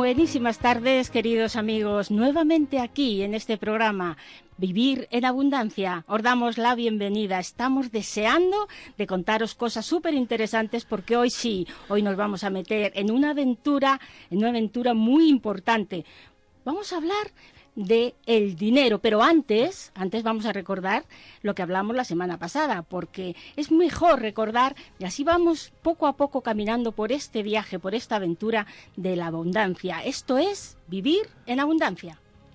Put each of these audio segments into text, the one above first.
Buenísimas tardes, queridos amigos, nuevamente aquí en este programa Vivir en Abundancia. Os damos la bienvenida. Estamos deseando de contaros cosas súper interesantes porque hoy nos vamos a meter en una aventura muy importante. Vamos a hablar de el dinero, pero antes vamos a recordar lo que hablamos la semana pasada, porque es mejor recordar y así vamos poco a poco caminando por este viaje, por esta aventura de la abundancia. Esto es Vivir en Abundancia.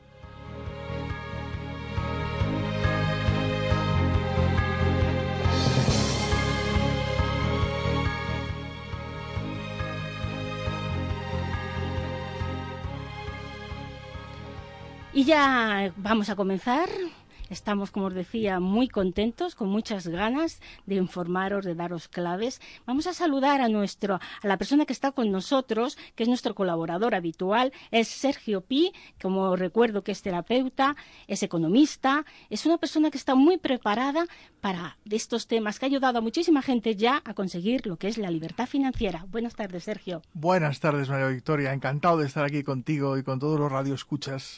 Y ya vamos a comenzar. Estamos, como os decía, muy contentos, con muchas ganas de informaros, de daros claves. Vamos a saludar a la persona que está con nosotros, que es nuestro colaborador habitual, es Sergio Pi, como recuerdo que es terapeuta, es economista, es una persona que está muy preparada para estos temas, que ha ayudado a muchísima gente ya a conseguir lo que es la libertad financiera. Buenas tardes, Sergio. Buenas tardes, María Victoria. Encantado de estar aquí contigo y con todos los radioescuchas.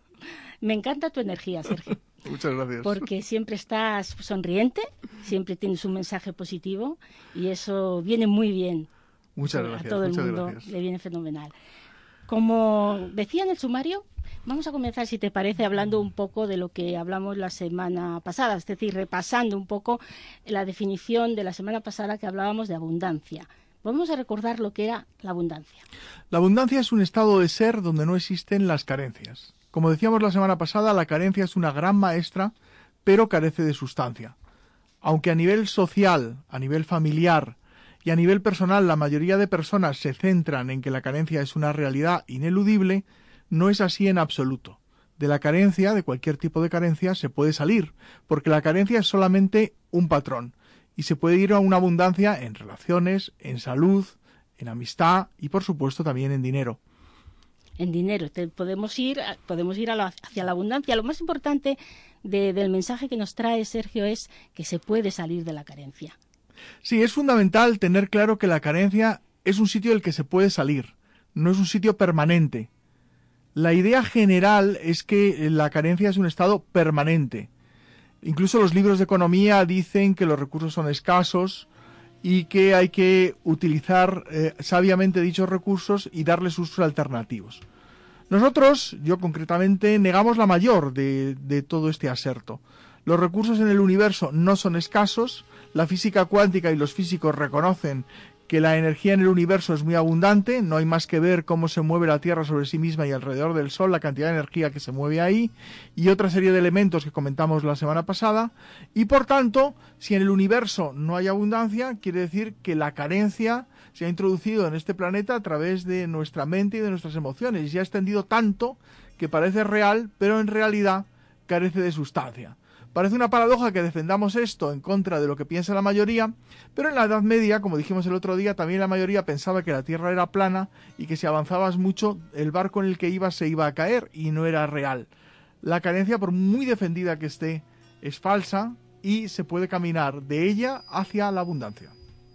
Me encanta tu energía, Sergio. Muchas gracias. Porque siempre estás sonriente, siempre tienes un mensaje positivo y eso viene muy bien. Muchas gracias. A todo el mundo le viene fenomenal. Como decía en el sumario, vamos a comenzar, si te parece, hablando un poco de lo que hablamos la semana pasada, es decir, repasando un poco la definición de la semana pasada que hablábamos de abundancia. Vamos a recordar lo que era la abundancia. La abundancia es un estado de ser donde no existen las carencias. Como decíamos la semana pasada, la carencia es una gran maestra, pero carece de sustancia. Aunque a nivel social, a nivel familiar y a nivel personal la mayoría de personas se centran en que la carencia es una realidad ineludible, no es así en absoluto. De la carencia, de cualquier tipo de carencia, se puede salir, porque la carencia es solamente un patrón, y se puede ir a una abundancia en relaciones, en salud, en amistad y por supuesto también en dinero. En dinero, podemos ir hacia la abundancia. Lo más importante del mensaje que nos trae Sergio es que se puede salir de la carencia. Sí, es fundamental tener claro que la carencia es un sitio del que se puede salir, no es un sitio permanente. La idea general es que la carencia es un estado permanente. Incluso los libros de economía dicen que los recursos son escasos y que hay que utilizar sabiamente dichos recursos y darles usos alternativos. Nosotros, yo concretamente, negamos la mayor de todo este aserto. Los recursos en el universo no son escasos, la física cuántica y los físicos reconocen que la energía en el universo es muy abundante, no hay más que ver cómo se mueve la Tierra sobre sí misma y alrededor del Sol, la cantidad de energía que se mueve ahí, y otra serie de elementos que comentamos la semana pasada, y por tanto, si en el universo no hay abundancia, quiere decir que la carencia se ha introducido en este planeta a través de nuestra mente y de nuestras emociones, y se ha extendido tanto que parece real, pero en realidad carece de sustancia. Parece una paradoja que defendamos esto en contra de lo que piensa la mayoría, pero en la Edad Media, como dijimos el otro día, también la mayoría pensaba que la Tierra era plana y que si avanzabas mucho, el barco en el que ibas se iba a caer y no era real. La carencia, por muy defendida que esté, es falsa y se puede caminar de ella hacia la abundancia.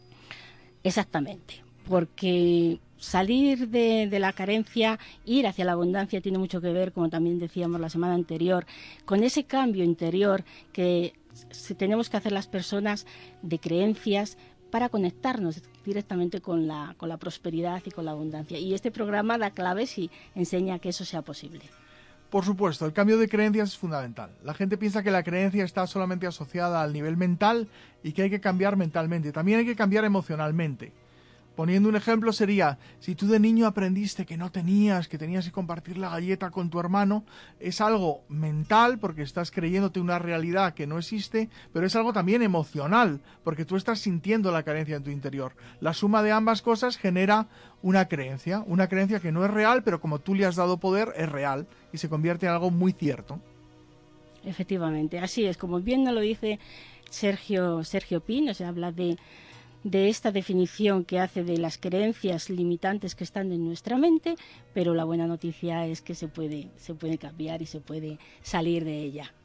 Exactamente, porque salir de la carencia, ir hacia la abundancia tiene mucho que ver, como también decíamos la semana anterior, con ese cambio interior que tenemos que hacer las personas de creencias para conectarnos directamente con la prosperidad y con la abundancia. Y este programa da claves y enseña que eso sea posible. Por supuesto, el cambio de creencias es fundamental. La gente piensa que la creencia está solamente asociada al nivel mental y que hay que cambiar mentalmente. También hay que cambiar emocionalmente. Poniendo un ejemplo sería, si tú de niño aprendiste que tenías que compartir la galleta con tu hermano, es algo mental porque estás creyéndote una realidad que no existe, pero es algo también emocional porque tú estás sintiendo la carencia en tu interior. La suma de ambas cosas genera una creencia que no es real, pero como tú le has dado poder, es real y se convierte en algo muy cierto. Efectivamente, así es, como bien nos lo dice Sergio Pi, nos habla de esta definición que hace de las creencias limitantes que están en nuestra mente, pero la buena noticia es que se puede cambiar y se puede salir de ella.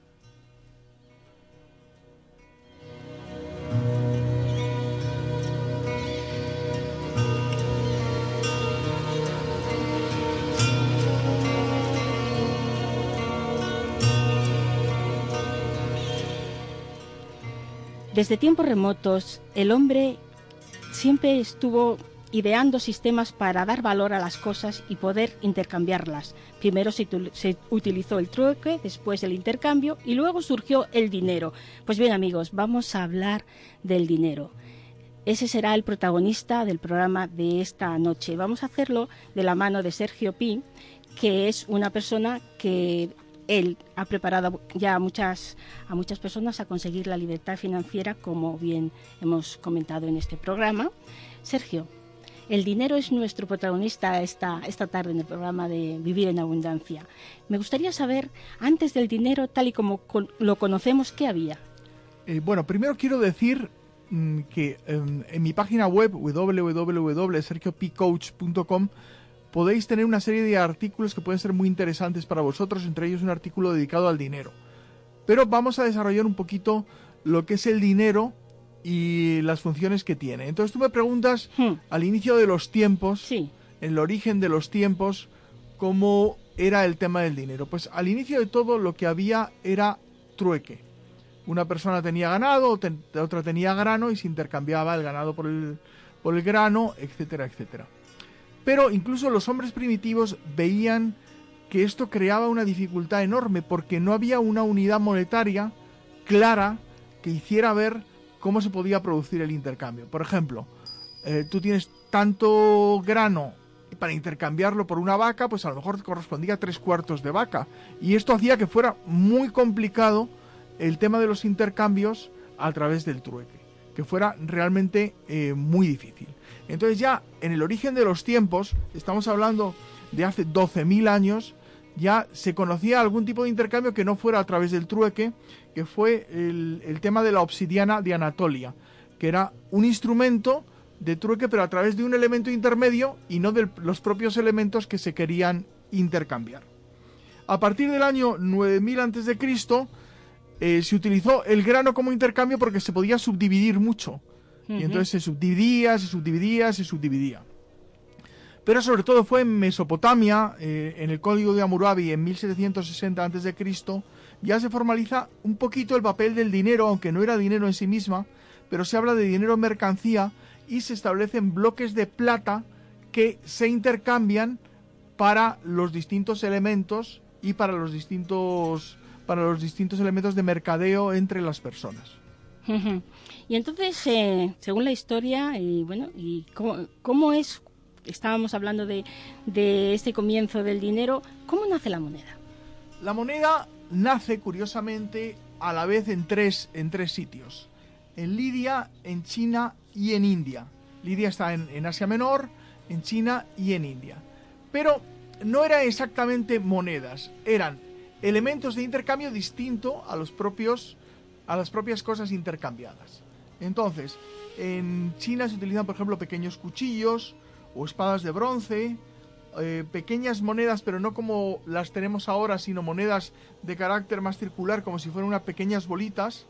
Desde tiempos remotos, el hombre siempre estuvo ideando sistemas para dar valor a las cosas y poder intercambiarlas. Primero se utilizó el trueque, después el intercambio y luego surgió el dinero. Pues bien, amigos, vamos a hablar del dinero. Ese será el protagonista del programa de esta noche. Vamos a hacerlo de la mano de Sergio Pi, que es una persona que él ha preparado ya a muchas personas a conseguir la libertad financiera, como bien hemos comentado en este programa. Sergio, el dinero es nuestro protagonista esta tarde en el programa de Vivir en Abundancia. Me gustaría saber, antes del dinero, tal y como lo conocemos, ¿qué había? Bueno, primero quiero decir que en mi página web www.sergiopcoach.com podéis tener una serie de artículos que pueden ser muy interesantes para vosotros, entre ellos un artículo dedicado al dinero. Pero vamos a desarrollar un poquito lo que es el dinero y las funciones que tiene. Entonces tú me preguntas, al inicio de los tiempos, sí, en el origen de los tiempos, ¿cómo era el tema del dinero? Pues al inicio de todo lo que había era trueque. Una persona tenía ganado, otra tenía grano y se intercambiaba el ganado por el grano, etcétera, etcétera. Pero incluso los hombres primitivos veían que esto creaba una dificultad enorme porque no había una unidad monetaria clara que hiciera ver cómo se podía producir el intercambio. Por ejemplo, tú tienes tanto grano para intercambiarlo por una vaca, pues a lo mejor te correspondía 3/4 de vaca. Y esto hacía que fuera muy complicado el tema de los intercambios a través del trueque, que fuera realmente muy difícil. Entonces ya en el origen de los tiempos, estamos hablando de hace 12.000 años, ya se conocía algún tipo de intercambio que no fuera a través del trueque, que fue el tema de la obsidiana de Anatolia, que era un instrumento de trueque pero a través de un elemento intermedio y no de los propios elementos que se querían intercambiar. A partir del año 9000 a.C., se utilizó el grano como intercambio porque se podía subdividir mucho. Y entonces se subdividía. Pero sobre todo fue en Mesopotamia, en el Código de Hammurabi en 1760 a.C., ya se formaliza un poquito el papel del dinero, aunque no era dinero en sí misma, pero se habla de dinero mercancía y se establecen bloques de plata que se intercambian para los distintos elementos y para los distintos elementos de mercadeo entre las personas. Y entonces, según la historia, y cómo es, estábamos hablando de este comienzo del dinero, ¿cómo nace la moneda? La moneda nace, curiosamente, a la vez en tres sitios. En Lidia, en China y en India. Lidia está en Asia Menor, en China y en India. Pero no eran exactamente monedas, eran elementos de intercambio distinto a las propias cosas intercambiadas. Entonces, en China se utilizan, por ejemplo, pequeños cuchillos o espadas de bronce, pequeñas monedas, pero no como las tenemos ahora, sino monedas de carácter más circular, como si fueran unas pequeñas bolitas,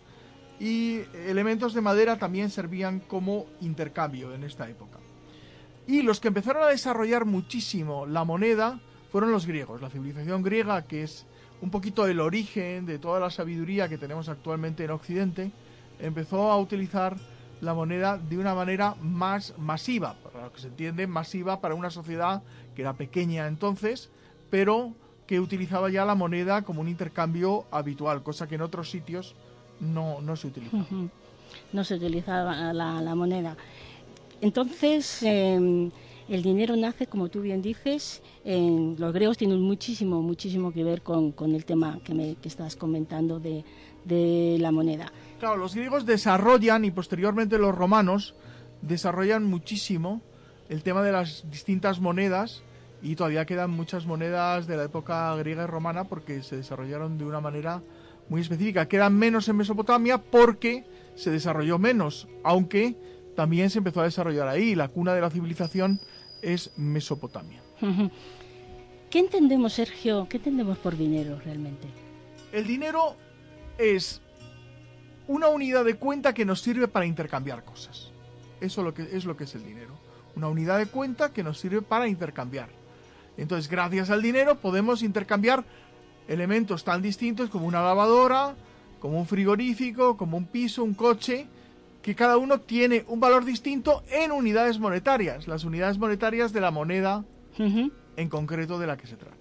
y elementos de madera también servían como intercambio en esta época. Y los que empezaron a desarrollar muchísimo la moneda fueron los griegos. La civilización griega, que es un poquito el origen de toda la sabiduría que tenemos actualmente en Occidente, empezó a utilizar la moneda de una manera más masiva, para lo que se entiende masiva para una sociedad que era pequeña entonces, pero que utilizaba ya la moneda como un intercambio habitual, cosa que en otros sitios no se utilizaba. No se utilizaba la moneda. Entonces, el dinero nace, como tú bien dices, los griegos tienen muchísimo que ver con el tema que estás comentando de la moneda. Claro, los griegos desarrollan, y posteriormente los romanos desarrollan muchísimo el tema de las distintas monedas, y todavía quedan muchas monedas de la época griega y romana porque se desarrollaron de una manera muy específica. Quedan menos en Mesopotamia porque se desarrolló menos, aunque también se empezó a desarrollar ahí. La cuna de la civilización es Mesopotamia. ¿Qué entendemos, Sergio? ¿Qué entendemos por dinero realmente? El dinero es una unidad de cuenta que nos sirve para intercambiar cosas. Eso es lo que es el dinero. Una unidad de cuenta que nos sirve para intercambiar. Entonces, gracias al dinero podemos intercambiar elementos tan distintos como una lavadora, como un frigorífico, como un piso, un coche, que cada uno tiene un valor distinto en unidades monetarias, las unidades monetarias de la moneda en concreto de la que se trate.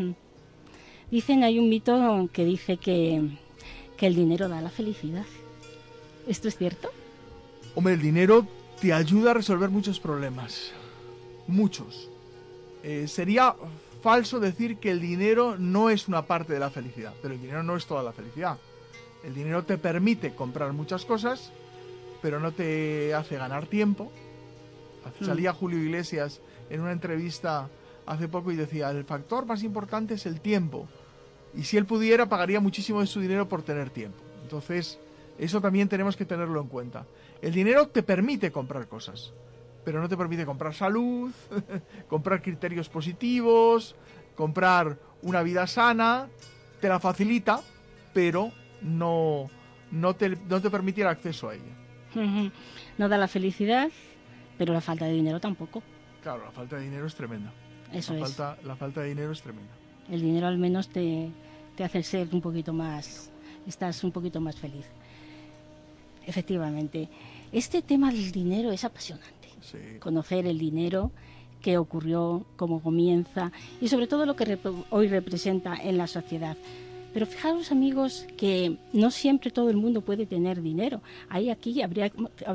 Dicen, hay un mito que dice que el dinero da la felicidad. ¿Esto es cierto? Hombre, el dinero te ayuda a resolver muchos problemas. Muchos. Sería falso decir que el dinero no es una parte de la felicidad, pero el dinero no es toda la felicidad. El dinero te permite comprar muchas cosas, pero no te hace ganar tiempo. Salía Julio Iglesias en una entrevista hace poco y decía, el factor más importante es el tiempo. Y si él pudiera, pagaría muchísimo de su dinero por tener tiempo. Entonces, eso también tenemos que tenerlo en cuenta. El dinero te permite comprar cosas, pero no te permite comprar salud, comprar criterios positivos, comprar una vida sana. Te la facilita, pero no te permite el acceso a ella. No da la felicidad, pero la falta de dinero tampoco. Claro, la falta de dinero es tremenda. Eso es. La falta de dinero es tremenda. El dinero al menos te hace ser un poquito más, estás un poquito más feliz. Efectivamente, este tema del dinero es apasionante. Sí. Conocer el dinero, qué ocurrió, cómo comienza y sobre todo lo que hoy representa en la sociedad. Pero fijaros, amigos, que no siempre todo el mundo puede tener dinero. Aquí habría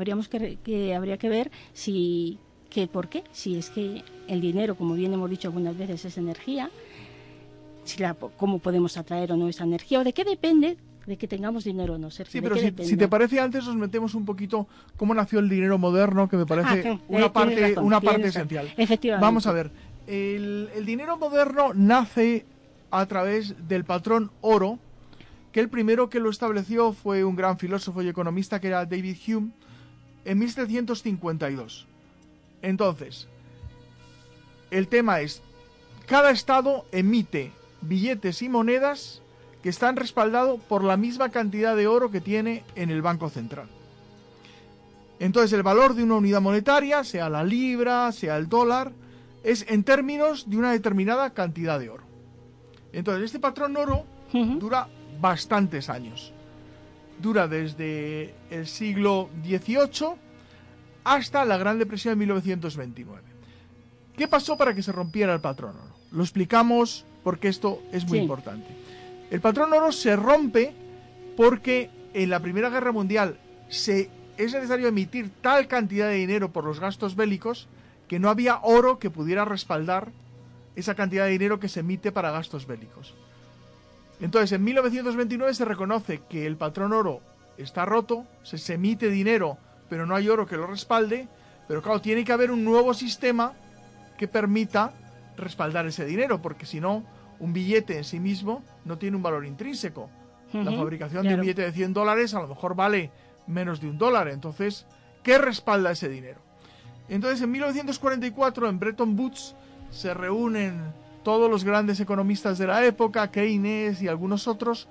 que ver por qué. Si es que el dinero, como bien hemos dicho algunas veces, es energía, cómo podemos atraer o no esa energía, o de qué depende de que tengamos dinero o no, Sergio. Sí, pero si te parece, antes nos metemos un poquito cómo nació el dinero moderno, que me parece una parte esencial. Efectivamente. Vamos a ver, el dinero moderno nace a través del patrón oro, que el primero que lo estableció fue un gran filósofo y economista que era David Hume, en 1752. Entonces, el tema es, cada estado emite billetes y monedas que están respaldados por la misma cantidad de oro que tiene en el Banco Central. Entonces, el valor de una unidad monetaria, sea la libra, sea el dólar, es en términos de una determinada cantidad de oro. Entonces, este patrón oro dura bastantes años. Dura desde el siglo XVIII hasta la Gran Depresión de 1929. ¿Qué pasó para que se rompiera el patrón oro? Lo explicamos porque esto es muy importante. El patrón oro se rompe porque en la Primera Guerra Mundial es necesario emitir tal cantidad de dinero por los gastos bélicos que no había oro que pudiera respaldar esa cantidad de dinero que se emite para gastos bélicos. Entonces, en 1929 se reconoce que el patrón oro está roto, se emite dinero, pero no hay oro que lo respalde, pero claro, tiene que haber un nuevo sistema que permita respaldar ese dinero, porque si no, un billete en sí mismo no tiene un valor intrínseco. La fabricación de un billete de $100 a lo mejor vale menos de $1. Entonces, ¿qué respalda ese dinero? Entonces, en 1944, en Bretton Woods, se reúnen todos los grandes economistas de la época, Keynes y algunos otros,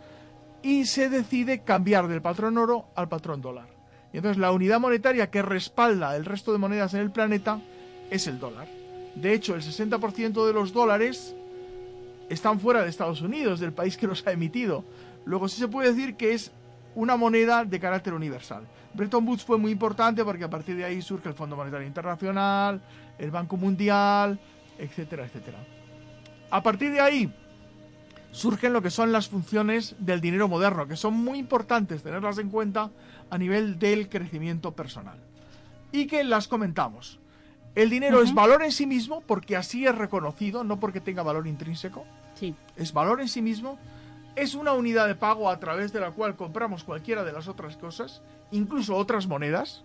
y se decide cambiar del patrón oro al patrón dólar. Y entonces la unidad monetaria que respalda el resto de monedas en el planeta es el dólar. De hecho, el 60% de los dólares están fuera de Estados Unidos, del país que los ha emitido. Luego sí se puede decir que es una moneda de carácter universal. Bretton Woods fue muy importante porque a partir de ahí surge el Fondo Monetario Internacional, el Banco Mundial, etcétera, etcétera. A partir de ahí surgen lo que son las funciones del dinero moderno, que son muy importantes tenerlas en cuenta a nivel del crecimiento personal. Y que las comentamos. El dinero es valor en sí mismo, porque así es reconocido, no porque tenga valor intrínseco. Sí. Es valor en sí mismo. Es una unidad de pago a través de la cual compramos cualquiera de las otras cosas, incluso otras monedas.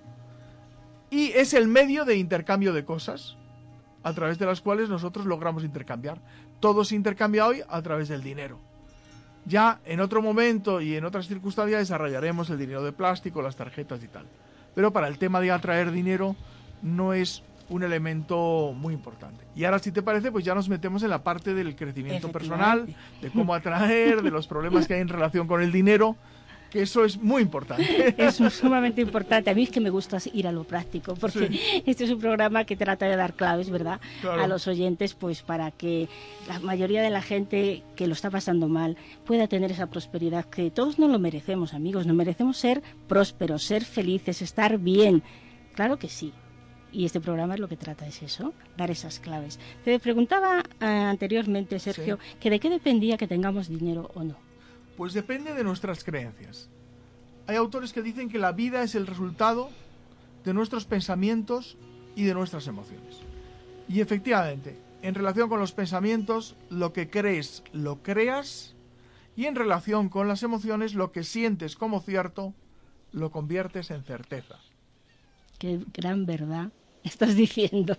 Y es el medio de intercambio de cosas, a través de las cuales nosotros logramos intercambiar. Todo se intercambia hoy a través del dinero. Ya en otro momento y en otras circunstancias desarrollaremos el dinero de plástico, las tarjetas y tal. Pero para el tema de atraer dinero no es un elemento muy importante. Y ahora, si te parece, pues ya nos metemos en la parte del crecimiento personal, de cómo atraer, de los problemas que hay en relación con el dinero. Que eso es muy importante. Es sumamente importante. A mí es que me gusta ir a lo práctico, porque sí, este es un programa que trata de dar claves, ¿verdad? Claro. A los oyentes, pues para que la mayoría de la gente que lo está pasando mal pueda tener esa prosperidad, que todos nos lo merecemos, amigos. Nos merecemos ser prósperos, ser felices, estar bien. Claro que sí. Y este programa es lo que trata, es eso, dar esas claves. Te preguntaba anteriormente, Sergio, sí, que de qué dependía que tengamos dinero o no. Pues depende de nuestras creencias. Hay autores que dicen que la vida es el resultado de nuestros pensamientos y de nuestras emociones. Y efectivamente, en relación con los pensamientos, lo que crees, lo creas, y en relación con las emociones, lo que sientes como cierto, lo conviertes en certeza. Qué gran verdad estás diciendo.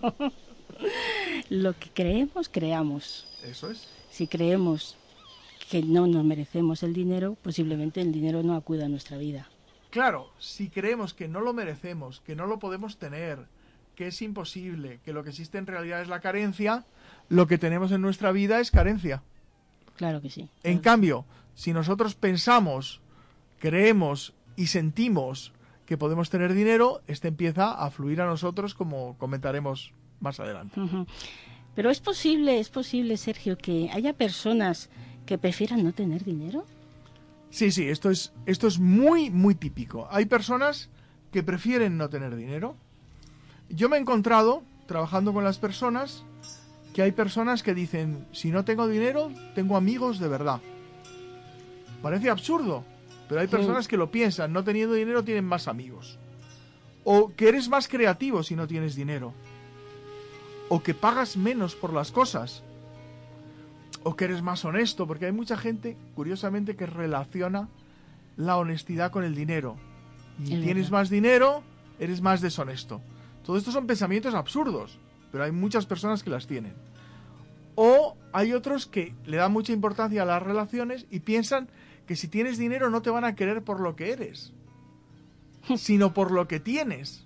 Lo que creemos, creamos. Eso es. Si creemos que no nos merecemos el dinero, posiblemente el dinero no acuda a nuestra vida. Claro, si creemos que no lo merecemos, que no lo podemos tener, que es imposible, que lo que existe en realidad es la carencia, lo que tenemos en nuestra vida es carencia. Claro que sí. En cambio, si nosotros pensamos, creemos y sentimos que podemos tener dinero, este empieza a fluir a nosotros, como comentaremos más adelante. Uh-huh. Pero es posible, Sergio, que haya personas que prefieran no tener dinero. Sí, esto es muy, muy típico. Hay personas que prefieren no tener dinero. Yo me he encontrado, trabajando con las personas, que hay personas que dicen, si no tengo dinero, tengo amigos de verdad. Parece absurdo, pero hay personas que lo piensan, no teniendo dinero tienen más amigos. O que eres más creativo si no tienes dinero. O que pagas menos por las cosas. O que eres más honesto, porque hay mucha gente, curiosamente, que relaciona la honestidad con el dinero. Y tienes más dinero, eres más deshonesto. Todo esto son pensamientos absurdos, pero hay muchas personas que las tienen. O hay otros que le dan mucha importancia a las relaciones y piensan que si tienes dinero no te van a querer por lo que eres, sino por lo que tienes.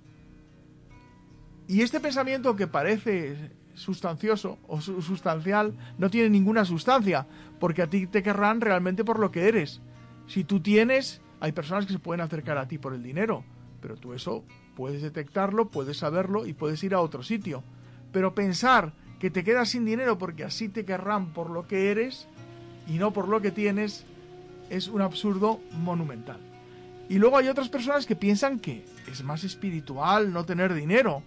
Y este pensamiento, que parece sustancioso o sustancial, no tiene ninguna sustancia, porque a ti te querrán realmente por lo que eres. Si tú tienes, hay personas que se pueden acercar a ti por el dinero, pero tú eso puedes detectarlo, puedes saberlo y puedes ir a otro sitio. Pero pensar que te quedas sin dinero porque así te querrán por lo que eres y no por lo que tienes, es un absurdo monumental. Y luego hay otras personas que piensan que es más espiritual no tener dinero.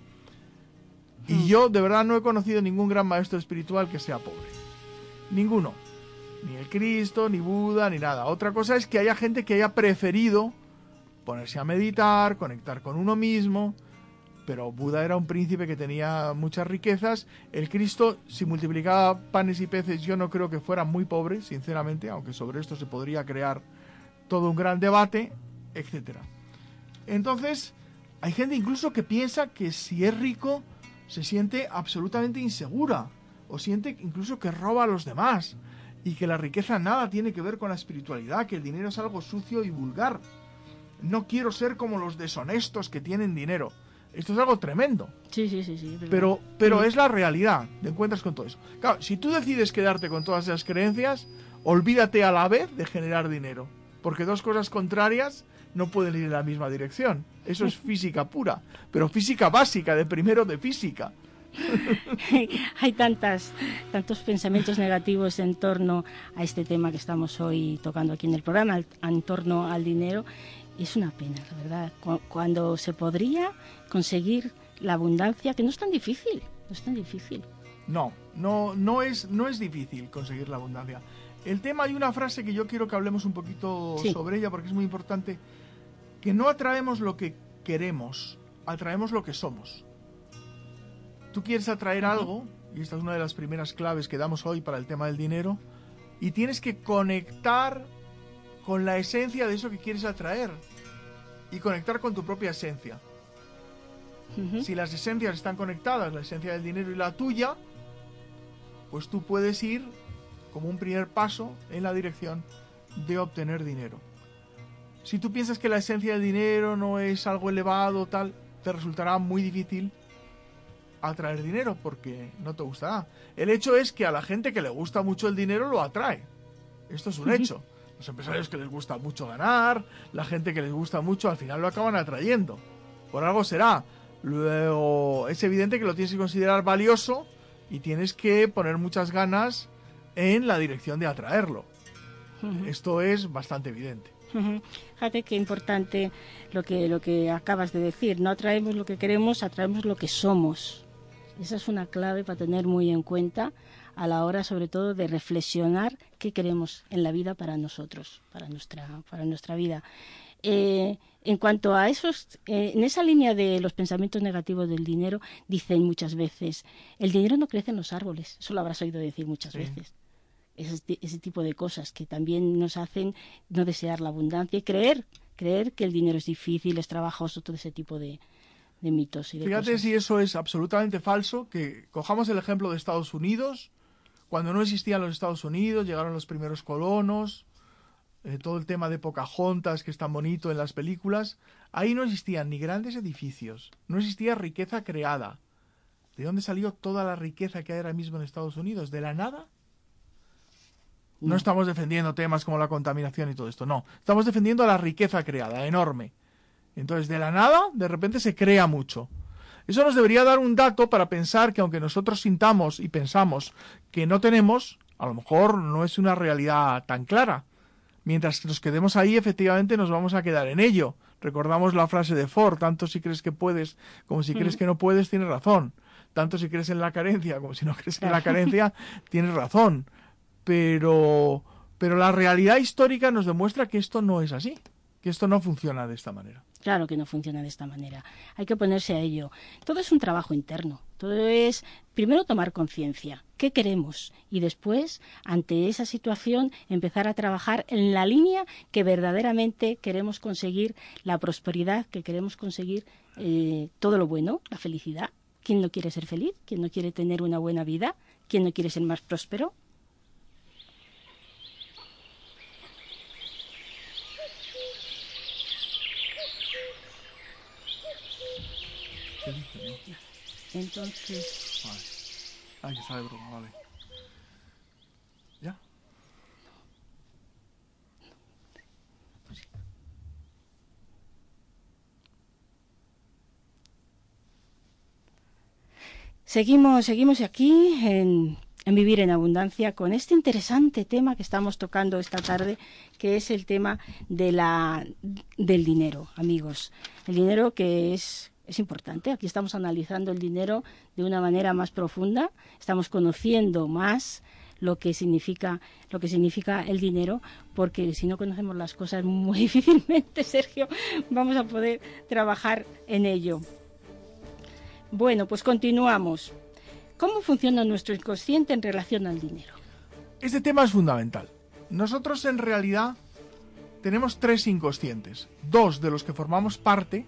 Y yo de verdad no he conocido ningún gran maestro espiritual que sea pobre. Ninguno. Ni el Cristo, ni Buda, ni nada. Otra cosa es que haya gente que haya preferido ponerse a meditar, conectar con uno mismo. Pero Buda era un príncipe que tenía muchas riquezas. El Cristo, si multiplicaba panes y peces, yo no creo que fuera muy pobre, sinceramente, aunque sobre esto se podría crear todo un gran debate, etcétera. Entonces, hay gente incluso que piensa que si es rico se siente absolutamente insegura, o siente incluso que roba a los demás, y que la riqueza nada tiene que ver con la espiritualidad, que el dinero es algo sucio y vulgar. No quiero ser como los deshonestos que tienen dinero. Esto es algo tremendo. Sí. Pero es la realidad, te encuentras con todo eso. Claro, si tú decides quedarte con todas esas creencias, olvídate a la vez de generar dinero, porque dos cosas contrarias no pueden ir en la misma dirección. Eso es física pura, pero física básica, de primero de física. Hay tantos pensamientos negativos en torno a este tema que estamos hoy tocando aquí en el programa, en torno al dinero. Y es una pena, la verdad, cuando se podría conseguir la abundancia, que no es tan difícil, No es difícil conseguir la abundancia. El tema, hay una frase que yo quiero que hablemos un poquito sobre ella, porque es muy importante, que no atraemos lo que queremos, atraemos lo que somos. Tú quieres atraer algo, y esta es una de las primeras claves que damos hoy para el tema del dinero, y tienes que conectar con la esencia de eso que quieres atraer, y conectar con tu propia esencia. Si las esencias están conectadas, la esencia del dinero y la tuya, pues tú puedes ir como un primer paso en la dirección de obtener dinero. Si tú piensas que la esencia del dinero no es algo elevado, tal, te resultará muy difícil atraer dinero, porque no te gustará. El hecho es que a la gente que le gusta mucho el dinero lo atrae. Esto es un hecho. Los empresarios que les gusta mucho ganar, la gente que les gusta mucho, al final lo acaban atrayendo. Por algo será. Luego, es evidente que lo tienes que considerar valioso y tienes que poner muchas ganas en la dirección de atraerlo. Esto es bastante evidente. Fíjate qué importante lo que acabas de decir. No atraemos lo que queremos, atraemos lo que somos. Esa es una clave para tener muy en cuenta a la hora, sobre todo, de reflexionar qué queremos en la vida para nosotros, para nuestra vida. En cuanto a esos, en esa línea de los pensamientos negativos del dinero, dicen muchas veces, el dinero no crece en los árboles. Eso lo habrás oído decir muchas veces. Ese tipo de cosas que también nos hacen no desear la abundancia y creer que el dinero es difícil, es trabajoso, todo ese tipo de mitos y de Fíjate cosas. si eso es absolutamente falso, que cojamos el ejemplo de Estados Unidos. Cuando no existían los Estados Unidos, llegaron los primeros colonos, todo el tema de Pocahontas, que es tan bonito en las películas, ahí no existían ni grandes edificios, no existía riqueza creada. ¿De dónde salió toda la riqueza que hay ahora mismo en Estados Unidos? ¿De la nada? No estamos defendiendo temas como la contaminación y todo esto, no. Estamos defendiendo la riqueza creada, enorme. Entonces, de la nada, de repente se crea mucho. Eso nos debería dar un dato para pensar que aunque nosotros sintamos y pensamos que no tenemos, a lo mejor no es una realidad tan clara. Mientras que nos quedemos ahí, efectivamente nos vamos a quedar en ello. Recordamos la frase de Ford, tanto si crees que puedes como si crees que no puedes, tienes razón. Tanto si crees en la carencia como si no crees en la carencia, tienes razón. Pero la realidad histórica nos demuestra que esto no es así, que esto no funciona de esta manera. Claro que no funciona de esta manera. Hay que ponerse a ello. Todo es un trabajo interno. Todo es, primero, tomar conciencia. ¿Qué queremos? Y después, ante esa situación, empezar a trabajar en la línea que verdaderamente queremos conseguir, la prosperidad, que queremos conseguir todo lo bueno, la felicidad. ¿Quién no quiere ser feliz? ¿Quién no quiere tener una buena vida? ¿Quién no quiere ser más próspero? Entonces... Vale. Ah, que sale Bruno, vale. ¿Ya? Seguimos aquí en Vivir en Abundancia con este interesante tema que estamos tocando esta tarde, que es el tema del dinero, amigos. El dinero que es importante. Aquí estamos analizando el dinero de una manera más profunda. Estamos conociendo más lo que significa el dinero, porque si no conocemos las cosas muy difícilmente, Sergio, vamos a poder trabajar en ello. Bueno, pues continuamos. ¿Cómo funciona nuestro inconsciente en relación al dinero? Este tema es fundamental. Nosotros en realidad tenemos 3 inconscientes, 2 de los que formamos parte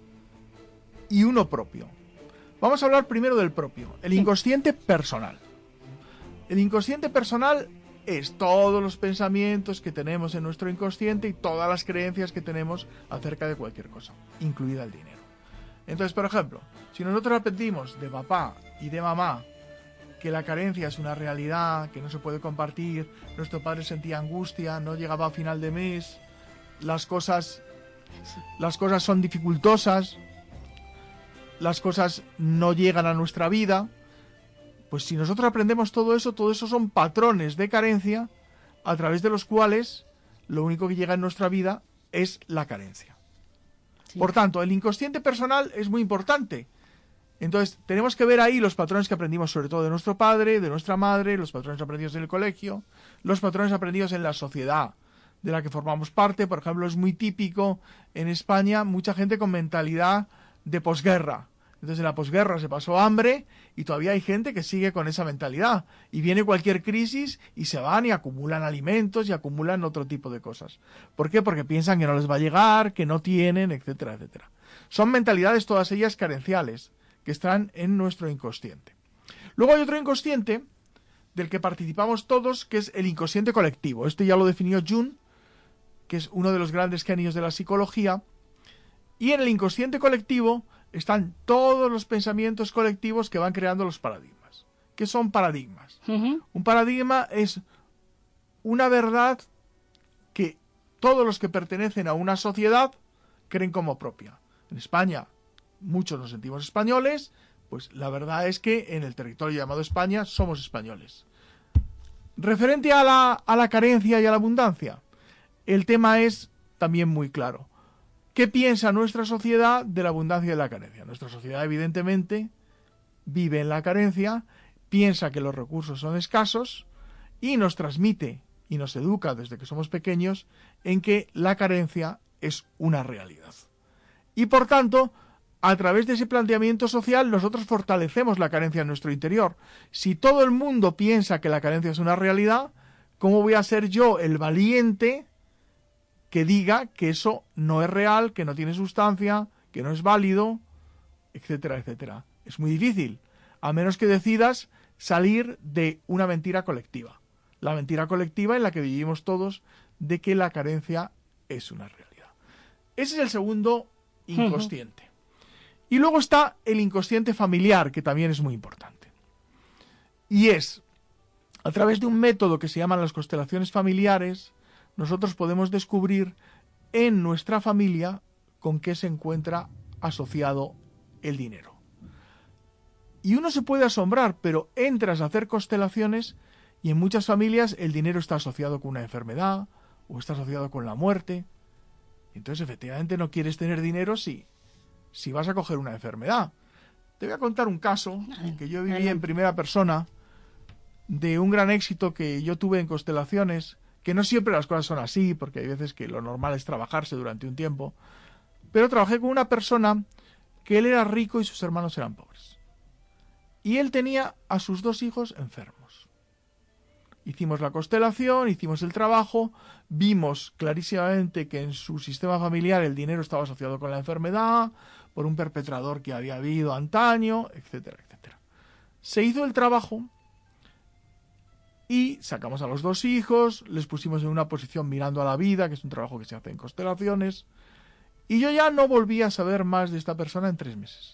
y uno propio. Vamos a hablar primero del propio, el inconsciente personal. El inconsciente personal es todos los pensamientos que tenemos en nuestro inconsciente y todas las creencias que tenemos acerca de cualquier cosa, incluida el dinero. Entonces, por ejemplo, si nosotros aprendimos de papá y de mamá que la carencia es una realidad, que no se puede compartir, nuestro padre sentía angustia, no llegaba a final de mes, las cosas son dificultosas, las cosas no llegan a nuestra vida, pues si nosotros aprendemos todo eso son patrones de carencia a través de los cuales lo único que llega en nuestra vida es la carencia. Sí. Por tanto, el inconsciente personal es muy importante. Entonces, tenemos que ver ahí los patrones que aprendimos sobre todo de nuestro padre, de nuestra madre, los patrones aprendidos en el colegio, los patrones aprendidos en la sociedad de la que formamos parte. Por ejemplo, es muy típico en España mucha gente con mentalidad de posguerra. Entonces en la posguerra se pasó hambre y todavía hay gente que sigue con esa mentalidad. Y viene cualquier crisis y se van y acumulan alimentos y acumulan otro tipo de cosas. ¿Por qué? Porque piensan que no les va a llegar, que no tienen, etcétera, etcétera. Son mentalidades todas ellas carenciales que están en nuestro inconsciente. Luego hay otro inconsciente del que participamos todos, que es el inconsciente colectivo. Este ya lo definió Jung, que es uno de los grandes genios de la psicología. Y en el inconsciente colectivo están todos los pensamientos colectivos que van creando los paradigmas. ¿Qué son paradigmas? Un paradigma es una verdad que todos los que pertenecen a una sociedad creen como propia. En España muchos nos sentimos españoles, pues la verdad es que en el territorio llamado España somos españoles. Referente a la carencia y a la abundancia, el tema es también muy claro. ¿Qué piensa nuestra sociedad de la abundancia y de la carencia? Nuestra sociedad, evidentemente, vive en la carencia, piensa que los recursos son escasos y nos transmite y nos educa desde que somos pequeños en que la carencia es una realidad. Y por tanto, a través de ese planteamiento social, nosotros fortalecemos la carencia en nuestro interior. Si todo el mundo piensa que la carencia es una realidad, ¿cómo voy a ser yo el valiente que diga que eso no es real, que no tiene sustancia, que no es válido, etcétera, etcétera? Es muy difícil, a menos que decidas salir de una mentira colectiva. La mentira colectiva en la que vivimos todos de que la carencia es una realidad. Ese es el segundo inconsciente. Y luego está el inconsciente familiar, que también es muy importante. Y es, a través de un método que se llaman las constelaciones familiares, nosotros podemos descubrir en nuestra familia con qué se encuentra asociado el dinero. Y uno se puede asombrar, pero entras a hacer constelaciones y en muchas familias el dinero está asociado con una enfermedad o está asociado con la muerte. Entonces, efectivamente, no quieres tener dinero si vas a coger una enfermedad. Te voy a contar un caso que yo viví en primera persona de un gran éxito que yo tuve en constelaciones, que no siempre las cosas son así, porque hay veces que lo normal es trabajarse durante un tiempo, pero trabajé con una persona que él era rico y sus hermanos eran pobres. Y él tenía a sus 2 hijos enfermos. Hicimos la constelación, hicimos el trabajo, vimos clarísimamente que en su sistema familiar el dinero estaba asociado con la enfermedad, por un perpetrador que había habido antaño, etcétera, etcétera. Se hizo el trabajo y sacamos a los 2 hijos, les pusimos en una posición mirando a la vida, que es un trabajo que se hace en constelaciones, y yo ya no volví a saber más de esta persona en 3 meses.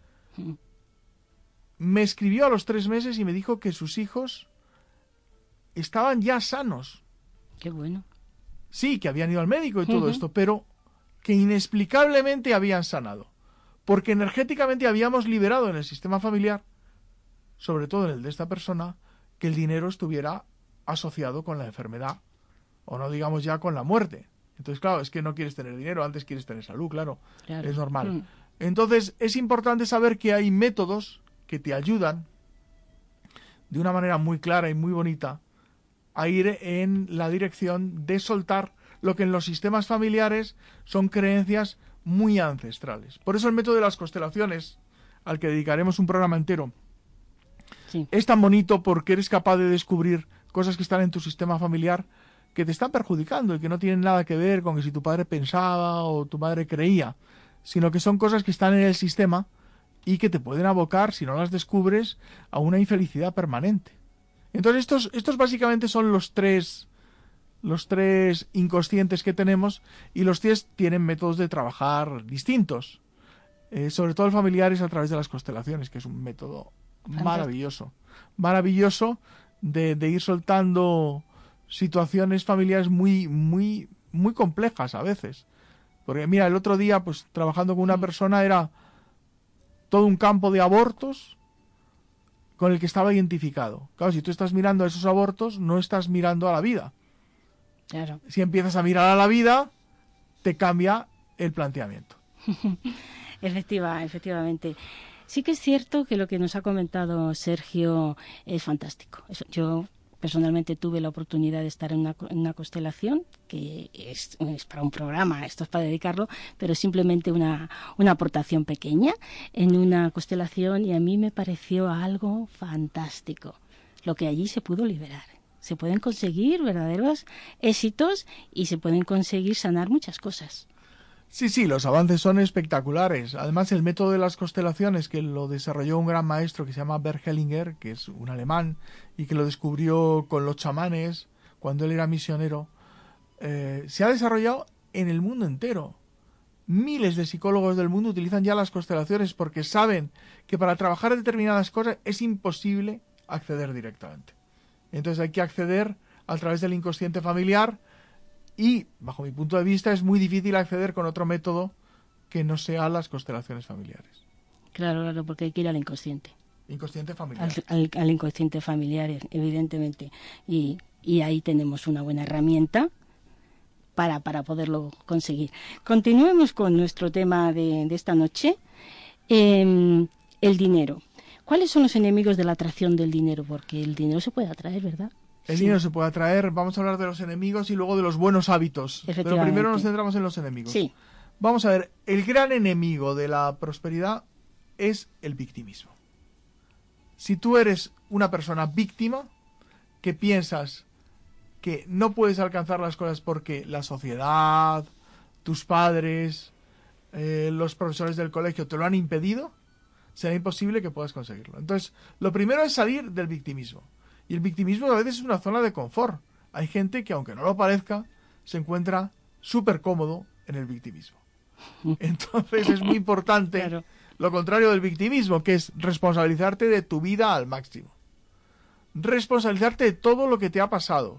Me escribió a los 3 meses y me dijo que sus hijos estaban ya sanos. Qué bueno. Sí, que habían ido al médico y todo esto, pero que inexplicablemente habían sanado. Porque energéticamente habíamos liberado en el sistema familiar, sobre todo en el de esta persona, que el dinero estuviera asociado con la enfermedad, o no digamos ya con la muerte. Entonces, claro, es que no quieres tener dinero, antes quieres tener salud, claro. Es normal. Entonces, es importante saber que hay métodos que te ayudan de una manera muy clara y muy bonita a ir en la dirección de soltar lo que en los sistemas familiares son creencias muy ancestrales. Por eso el método de las constelaciones, al que dedicaremos un programa entero, es tan bonito, porque eres capaz de descubrir cosas que están en tu sistema familiar que te están perjudicando y que no tienen nada que ver con que si tu padre pensaba o tu madre creía, sino que son cosas que están en el sistema y que te pueden abocar, si no las descubres, a una infelicidad permanente. Entonces estos básicamente son los tres inconscientes que tenemos, y los 3 tienen métodos de trabajar distintos. Sobre todo el familiar es a través de las constelaciones, que es un método maravilloso de ir soltando situaciones familiares muy, muy, muy complejas a veces. Porque mira, el otro día, pues trabajando con una persona, era todo un campo de abortos con el que estaba identificado. Claro, si tú estás mirando a esos abortos, no estás mirando a la vida. Claro. Si empiezas a mirar a la vida, te cambia el planteamiento. Efectivamente. Sí que es cierto que lo que nos ha comentado Sergio es fantástico. Yo personalmente tuve la oportunidad de estar en una constelación, que es para un programa, esto es para dedicarlo, pero simplemente una aportación pequeña en una constelación, y a mí me pareció algo fantástico lo que allí se pudo liberar. Se pueden conseguir verdaderos éxitos y se pueden conseguir sanar muchas cosas. Sí, los avances son espectaculares. Además, el método de las constelaciones, que lo desarrolló un gran maestro que se llama Bert Hellinger, que es un alemán, y que lo descubrió con los chamanes cuando él era misionero, se ha desarrollado en el mundo entero. Miles de psicólogos del mundo utilizan ya las constelaciones porque saben que para trabajar determinadas cosas es imposible acceder directamente. Entonces hay que acceder a través del inconsciente familiar, Y, bajo mi punto de vista, es muy difícil acceder con otro método que no sea las constelaciones familiares. Claro, porque hay que ir al inconsciente. Inconsciente familiar. Al inconsciente familiar, evidentemente. Y ahí tenemos una buena herramienta para poderlo conseguir. Continuemos con nuestro tema de esta noche, el dinero. ¿Cuáles son los enemigos de la atracción del dinero? Porque el dinero se puede atraer, ¿verdad? El dinero se puede atraer. Vamos a hablar de los enemigos y luego de los buenos hábitos. Pero primero nos centramos en los enemigos. Sí. Vamos a ver, el gran enemigo de la prosperidad es el victimismo. Si tú eres una persona víctima, que piensas que no puedes alcanzar las cosas porque la sociedad, tus padres, los profesores del colegio te lo han impedido, será imposible que puedas conseguirlo. Entonces, lo primero es salir del victimismo. Y el victimismo a veces es una zona de confort. Hay gente que, aunque no lo parezca, se encuentra súper cómodo en el victimismo. Entonces es muy importante, claro, lo contrario del victimismo, que es responsabilizarte de tu vida al máximo. Responsabilizarte de todo lo que te ha pasado.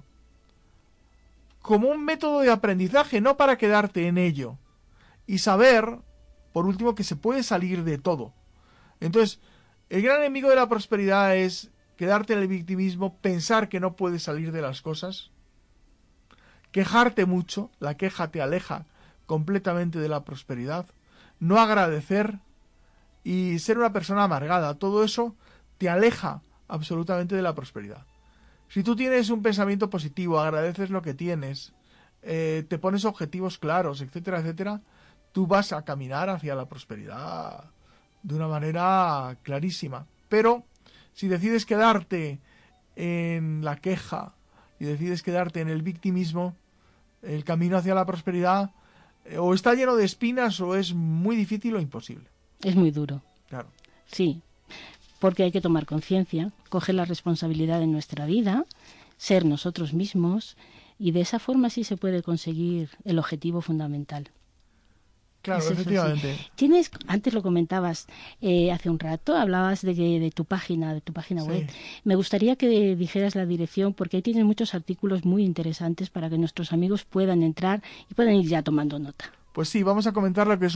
Como un método de aprendizaje, no para quedarte en ello. Y saber, por último, que se puede salir de todo. Entonces, el gran enemigo de la prosperidad es quedarte en el victimismo, pensar que no puedes salir de las cosas, quejarte mucho, la queja te aleja completamente de la prosperidad, no agradecer y ser una persona amargada, todo eso te aleja absolutamente de la prosperidad. Si tú tienes un pensamiento positivo, agradeces lo que tienes, te pones objetivos claros, etcétera, etcétera, tú vas a caminar hacia la prosperidad de una manera clarísima. Pero si decides quedarte en la queja y decides quedarte en el victimismo, el camino hacia la prosperidad o está lleno de espinas o es muy difícil o imposible. Es muy duro. Claro. Sí, porque hay que tomar conciencia, coger la responsabilidad de nuestra vida, ser nosotros mismos, y de esa forma sí se puede conseguir el objetivo fundamental. Claro, efectivamente. Sí. Tienes, antes lo comentabas hace un rato, hablabas de tu página web. Me gustaría que dijeras la dirección, porque ahí tienes muchos artículos muy interesantes para que nuestros amigos puedan entrar y puedan ir ya tomando nota. Pues sí, vamos a comentar lo que es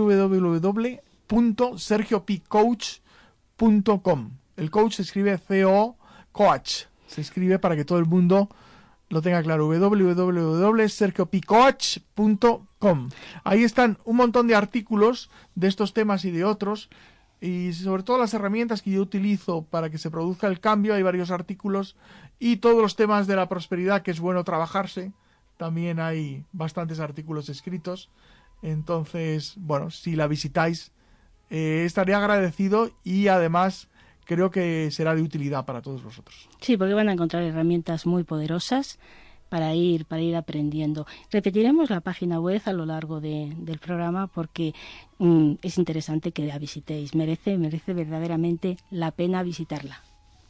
www.sergiopcoach.com. El coach se escribe coach, se escribe para que todo el mundo lo tenga claro, www.sergiopcoach.com. Ahí están un montón de artículos de estos temas y de otros, y sobre todo las herramientas que yo utilizo para que se produzca el cambio. Hay varios artículos y todos los temas de la prosperidad que es bueno trabajarse. También hay bastantes artículos escritos. Entonces, bueno, si la visitáis, estaré agradecido y además creo que será de utilidad para todos vosotros. Sí, porque van a encontrar herramientas muy poderosas para ir aprendiendo. Repetiremos la página web a lo largo del programa porque es interesante que la visitéis. Merece verdaderamente la pena visitarla.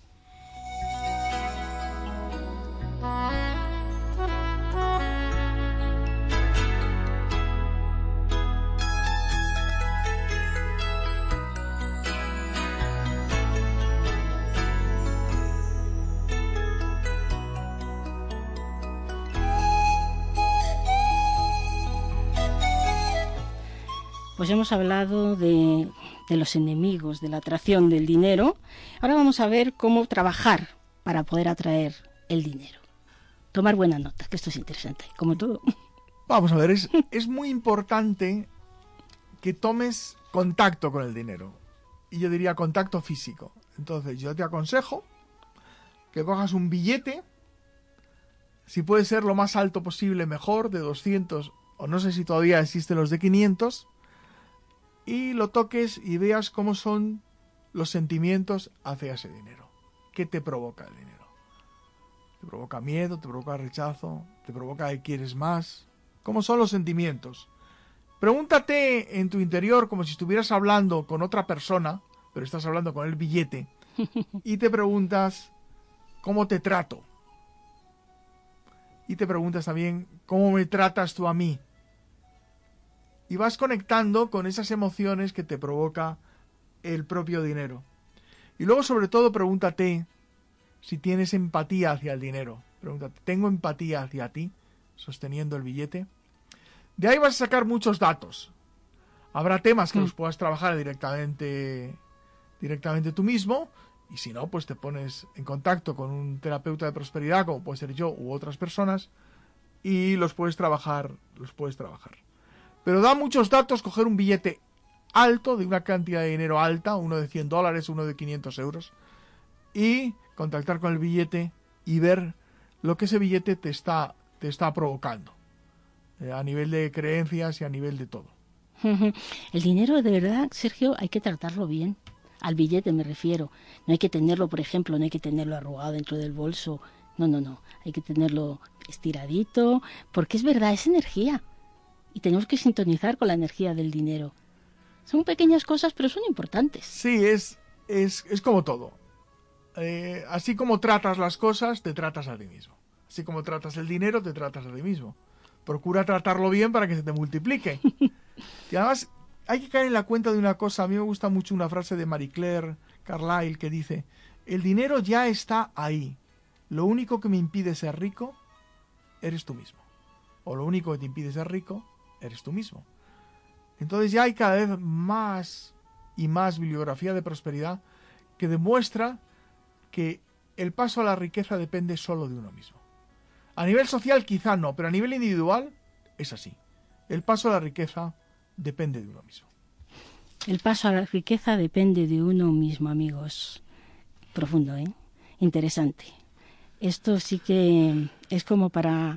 Pues hemos hablado de los enemigos, de la atracción del dinero. Ahora vamos a ver cómo trabajar para poder atraer el dinero. Tomar buena nota, que esto es interesante, como todo. Vamos a ver, es muy importante que tomes contacto con el dinero. Y yo diría contacto físico. Entonces yo te aconsejo que cojas un billete, si puede ser lo más alto posible mejor, de 200, o no sé si todavía existen los de 500, y lo toques y veas cómo son los sentimientos hacia ese dinero. ¿Qué te provoca el dinero? ¿Te provoca miedo? ¿Te provoca rechazo? ¿Te provoca que quieres más? ¿Cómo son los sentimientos? Pregúntate en tu interior como si estuvieras hablando con otra persona, pero estás hablando con el billete, y te preguntas ¿cómo te trato? Y te preguntas también ¿cómo me tratas tú a mí? Y vas conectando con esas emociones que te provoca el propio dinero. Y luego, sobre todo, pregúntate si tienes empatía hacia el dinero. Pregúntate, ¿tengo empatía hacia ti? sosteniendo el billete. De ahí vas a sacar muchos datos. Habrá temas que los puedas trabajar directamente tú mismo, y si no, pues te pones en contacto con un terapeuta de prosperidad, como puede ser yo u otras personas, y los puedes trabajar. Pero da muchos datos coger un billete alto, de una cantidad de dinero alta, uno de $100, uno de 500 euros, y contactar con el billete y ver lo que ese billete te está provocando, a nivel de creencias y a nivel de todo. El dinero, de verdad, Sergio, hay que tratarlo bien. Al billete me refiero. No hay que tenerlo, por ejemplo, no hay que tenerlo arrugado dentro del bolso. No. Hay que tenerlo estiradito, porque es verdad, es energía. Y tenemos que sintonizar con la energía del dinero. Son pequeñas cosas, pero son importantes. Sí, es como todo. Así como tratas las cosas, te tratas a ti mismo. Así como tratas el dinero, te tratas a ti mismo. Procura tratarlo bien para que se te multiplique. Y además, hay que caer en la cuenta de una cosa. A mí me gusta mucho una frase de Marie Claire Carlyle que dice: el dinero ya está ahí. Lo único que me impide ser rico eres tú mismo. O lo único que te impide ser rico eres tú mismo. Entonces ya hay cada vez más y más bibliografía de prosperidad que demuestra que el paso a la riqueza depende solo de uno mismo. A nivel social quizá no, pero a nivel individual es así. El paso a la riqueza depende de uno mismo. El paso a la riqueza depende de uno mismo, amigos. Profundo, ¿eh? Interesante. Esto sí que es como para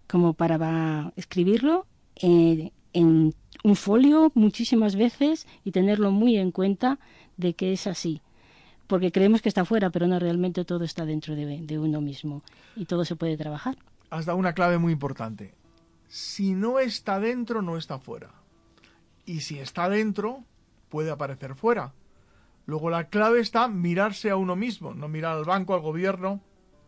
escribirlo en un folio muchísimas veces y tenerlo muy en cuenta de que es así. Porque creemos que está fuera, pero no, realmente todo está dentro de uno mismo y todo se puede trabajar. Has dado una clave muy importante. Si no está dentro, no está fuera. Y si está dentro, puede aparecer fuera. Luego la clave está mirarse a uno mismo, no mirar al banco, al gobierno,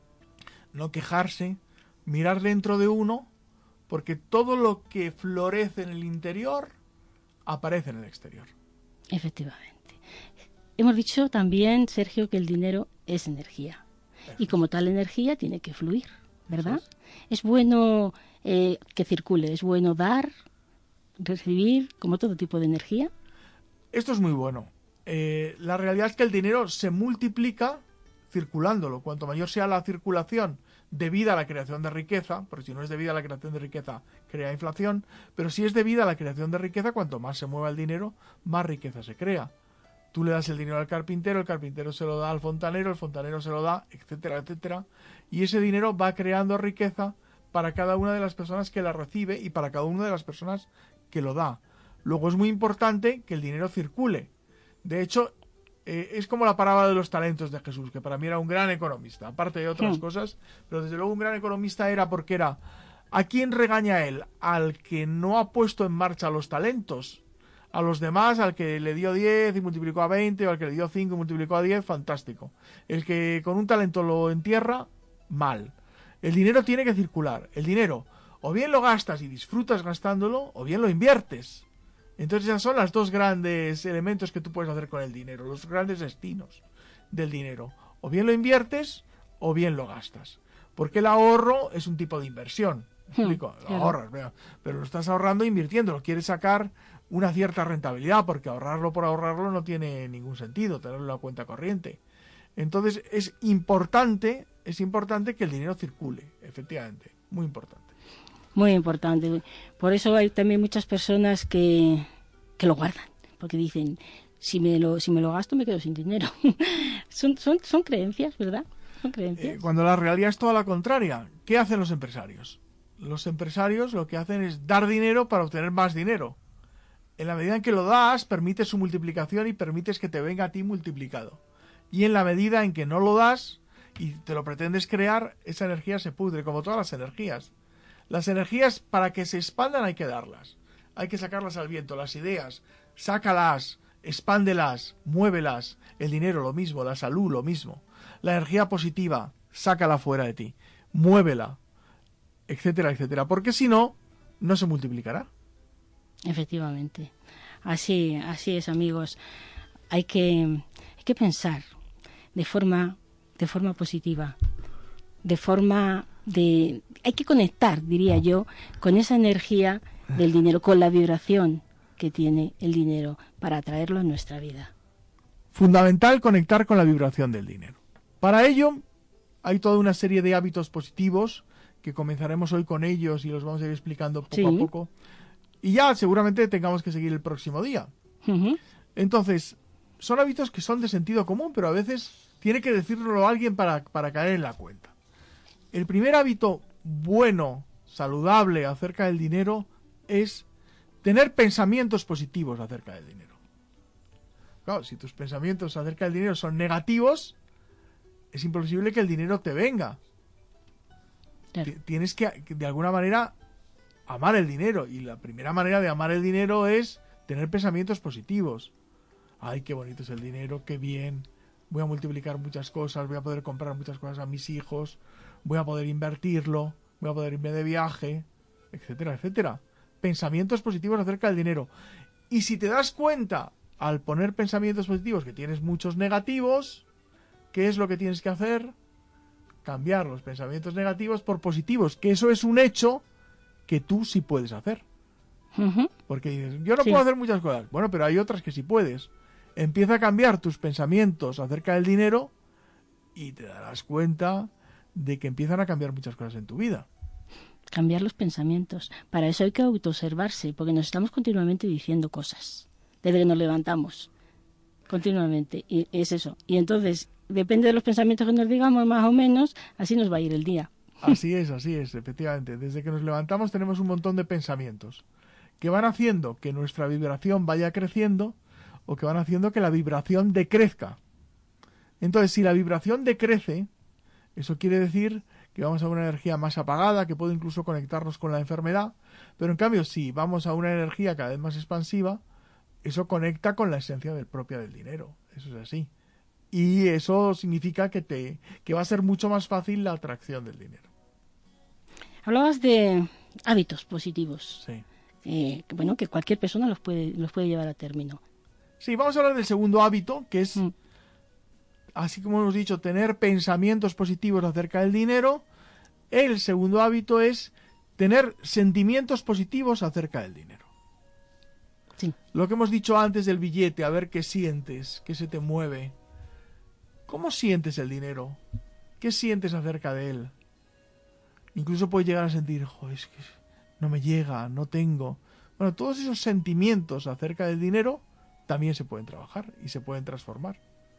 no quejarse, mirar dentro de uno, porque todo lo que florece en el interior aparece en el exterior. Efectivamente. Hemos dicho también, Sergio, que el dinero es energía. Y como tal energía tiene que fluir, ¿verdad? Es bueno que circule, es bueno dar, recibir, como todo tipo de energía. Esto es muy bueno. La realidad es que el dinero se multiplica circulándolo. Cuanto mayor sea la circulación debida a la creación de riqueza, porque si no es debida a la creación de riqueza, crea inflación, pero si es debida a la creación de riqueza, cuanto más se mueva el dinero, más riqueza se crea. Tú le das el dinero al carpintero, el carpintero se lo da al fontanero, el fontanero se lo da, etcétera, etcétera. Y ese dinero va creando riqueza para cada una de las personas que la recibe y para cada una de las personas que lo da. Luego es muy importante que el dinero circule. De hecho, es como la parábola de los talentos de Jesús, que para mí era un gran economista, aparte de otras cosas, pero desde luego un gran economista era porque era... ¿A quién regaña él? Al que no ha puesto en marcha los talentos. A los demás, al que le dio 10 y multiplicó a 20, o al que le dio 5 y multiplicó a 10, fantástico. El que con un talento lo entierra, mal. El dinero tiene que circular. El dinero, o bien lo gastas y disfrutas gastándolo, o bien lo inviertes. Entonces esos son los dos grandes elementos que tú puedes hacer con el dinero, los grandes destinos del dinero. O bien lo inviertes, o bien lo gastas. Porque el ahorro es un tipo de inversión. ¿Me explico? Lo ahorras, pero lo estás ahorrando e invirtiendo, lo quieres sacar una cierta rentabilidad, porque ahorrarlo por ahorrarlo no tiene ningún sentido, tenerlo en la cuenta corriente. Entonces es importante que el dinero circule, efectivamente, muy importante. Muy importante. Por eso hay también muchas personas que lo guardan, porque dicen, si me lo gasto me quedo sin dinero. son creencias, ¿verdad? Son creencias. Cuando la realidad es toda la contraria. ¿Qué hacen los empresarios? Los empresarios lo que hacen es dar dinero para obtener más dinero. En la medida en que lo das, permites su multiplicación y permites que te venga a ti multiplicado. Y en la medida en que no lo das y te lo pretendes crear, esa energía se pudre, como todas las energías. Las energías, para que se expandan, hay que darlas. Hay que sacarlas al viento. Las ideas, sácalas, expándelas, muévelas. El dinero, lo mismo. La salud, lo mismo. La energía positiva, sácala fuera de ti. Muévela, etcétera, etcétera. Porque si no, no se multiplicará. Efectivamente. Así es, amigos. Hay que pensar de forma positiva, de forma Hay que conectar, diría yo, con esa energía del dinero, con la vibración que tiene el dinero para atraerlo a nuestra vida. Fundamental conectar con la vibración del dinero. Para ello hay toda una serie de hábitos positivos que comenzaremos hoy con ellos y los vamos a ir explicando poco a poco. Y ya seguramente tengamos que seguir el próximo día. Uh-huh. Entonces, son hábitos que son de sentido común, pero a veces tiene que decirlo alguien para caer en la cuenta. El primer hábito bueno, saludable acerca del dinero es tener pensamientos positivos acerca del dinero. Claro, si tus pensamientos acerca del dinero son negativos, es imposible que el dinero te venga. Claro. Tienes que, de alguna manera, amar el dinero. Y la primera manera de amar el dinero es tener pensamientos positivos. Ay, qué bonito es el dinero, qué bien. Voy a multiplicar muchas cosas, voy a poder comprar muchas cosas a mis hijos, voy a poder invertirlo, voy a poder irme de viaje, etcétera, etcétera. Pensamientos positivos acerca del dinero. Y si te das cuenta, al poner pensamientos positivos, que tienes muchos negativos, ¿qué es lo que tienes que hacer? Cambiar los pensamientos negativos por positivos, que eso es un hecho que tú sí puedes hacer. Uh-huh. Porque dices, yo no puedo hacer muchas cosas. Bueno, pero hay otras que sí puedes. Empieza a cambiar tus pensamientos acerca del dinero y te darás cuenta de que empiezan a cambiar muchas cosas en tu vida. Cambiar los pensamientos. Para eso hay que autoobservarse, porque nos estamos continuamente diciendo cosas. Desde que nos levantamos. Continuamente. Y es eso. Y entonces, depende de los pensamientos que nos digamos, más o menos, así nos va a ir el día. Así es, efectivamente. Desde que nos levantamos tenemos un montón de pensamientos que van haciendo que nuestra vibración vaya creciendo o que van haciendo que la vibración decrezca. Entonces, si la vibración decrece, eso quiere decir que vamos a una energía más apagada, que puede incluso conectarnos con la enfermedad, pero en cambio, si vamos a una energía cada vez más expansiva, eso conecta con la esencia propia del dinero. Eso es así. Y eso significa que va a ser mucho más fácil la atracción del dinero. Hablabas de hábitos positivos. Sí. Que cualquier persona los puede llevar a término. Sí, vamos a hablar del segundo hábito, que es, así como hemos dicho, tener pensamientos positivos acerca del dinero. El segundo hábito es tener sentimientos positivos acerca del dinero. Sí. Lo que hemos dicho antes del billete, a ver qué sientes, qué se te mueve. ¿Cómo sientes el dinero? ¿Qué sientes acerca de él? Incluso puedes llegar a sentir, es que no me llega, no tengo. Bueno, todos esos sentimientos acerca del dinero también se pueden trabajar y se pueden transformar.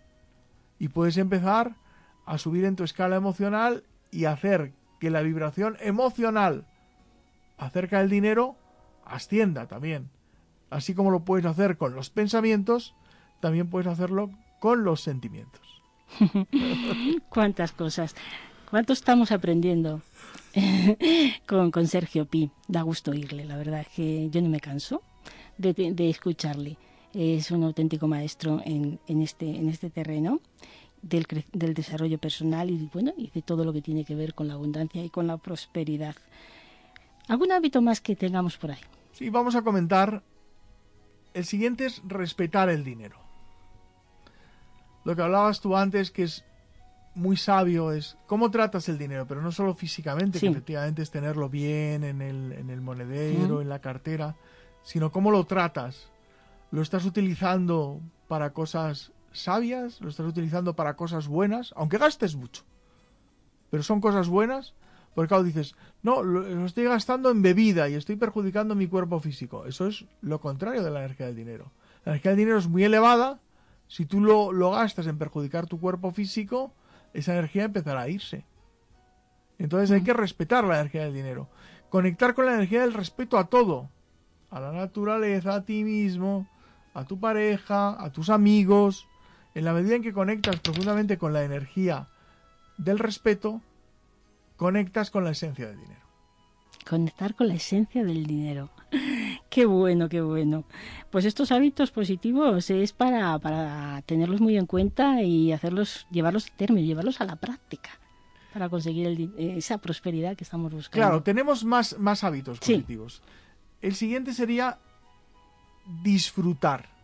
Y puedes empezar a subir en tu escala emocional y hacer que la vibración emocional acerca del dinero ascienda también. Así como lo puedes hacer con los pensamientos, también puedes hacerlo con los sentimientos. Cuántas cosas. ¿Cuánto estamos aprendiendo con Sergio Pi? Da gusto oírle, la verdad es que yo no me canso de escucharle. Es un auténtico maestro en este terreno del desarrollo personal y de todo lo que tiene que ver con la abundancia y con la prosperidad. ¿Algún hábito más que tengamos por ahí? Sí, vamos a comentar. El siguiente es respetar el dinero. Lo que hablabas tú antes, que es muy sabio, es cómo tratas el dinero, pero no solo físicamente, sí, que efectivamente es tenerlo bien en el monedero, en la cartera, sino cómo lo tratas. ¿Lo estás utilizando para cosas sabias? ¿Lo estás utilizando para cosas buenas? Aunque gastes mucho. Pero son cosas buenas. Porque claro, dices, no, lo estoy gastando en bebida y estoy perjudicando mi cuerpo físico. Eso es lo contrario de la energía del dinero. La energía del dinero es muy elevada. Si tú lo gastas en perjudicar tu cuerpo físico, esa energía empezará a irse. Entonces hay que respetar la energía del dinero. Conectar con la energía del respeto a todo. A la naturaleza, a ti mismo, a tu pareja, a tus amigos. En la medida en que conectas profundamente con la energía del respeto, conectas con la esencia del dinero. Conectar con la esencia del dinero. Qué bueno, qué bueno. Pues estos hábitos positivos es para tenerlos muy en cuenta y llevarlos a término, llevarlos a la práctica para conseguir esa prosperidad que estamos buscando. Claro, tenemos más hábitos positivos. Sí. El siguiente sería disfrutar.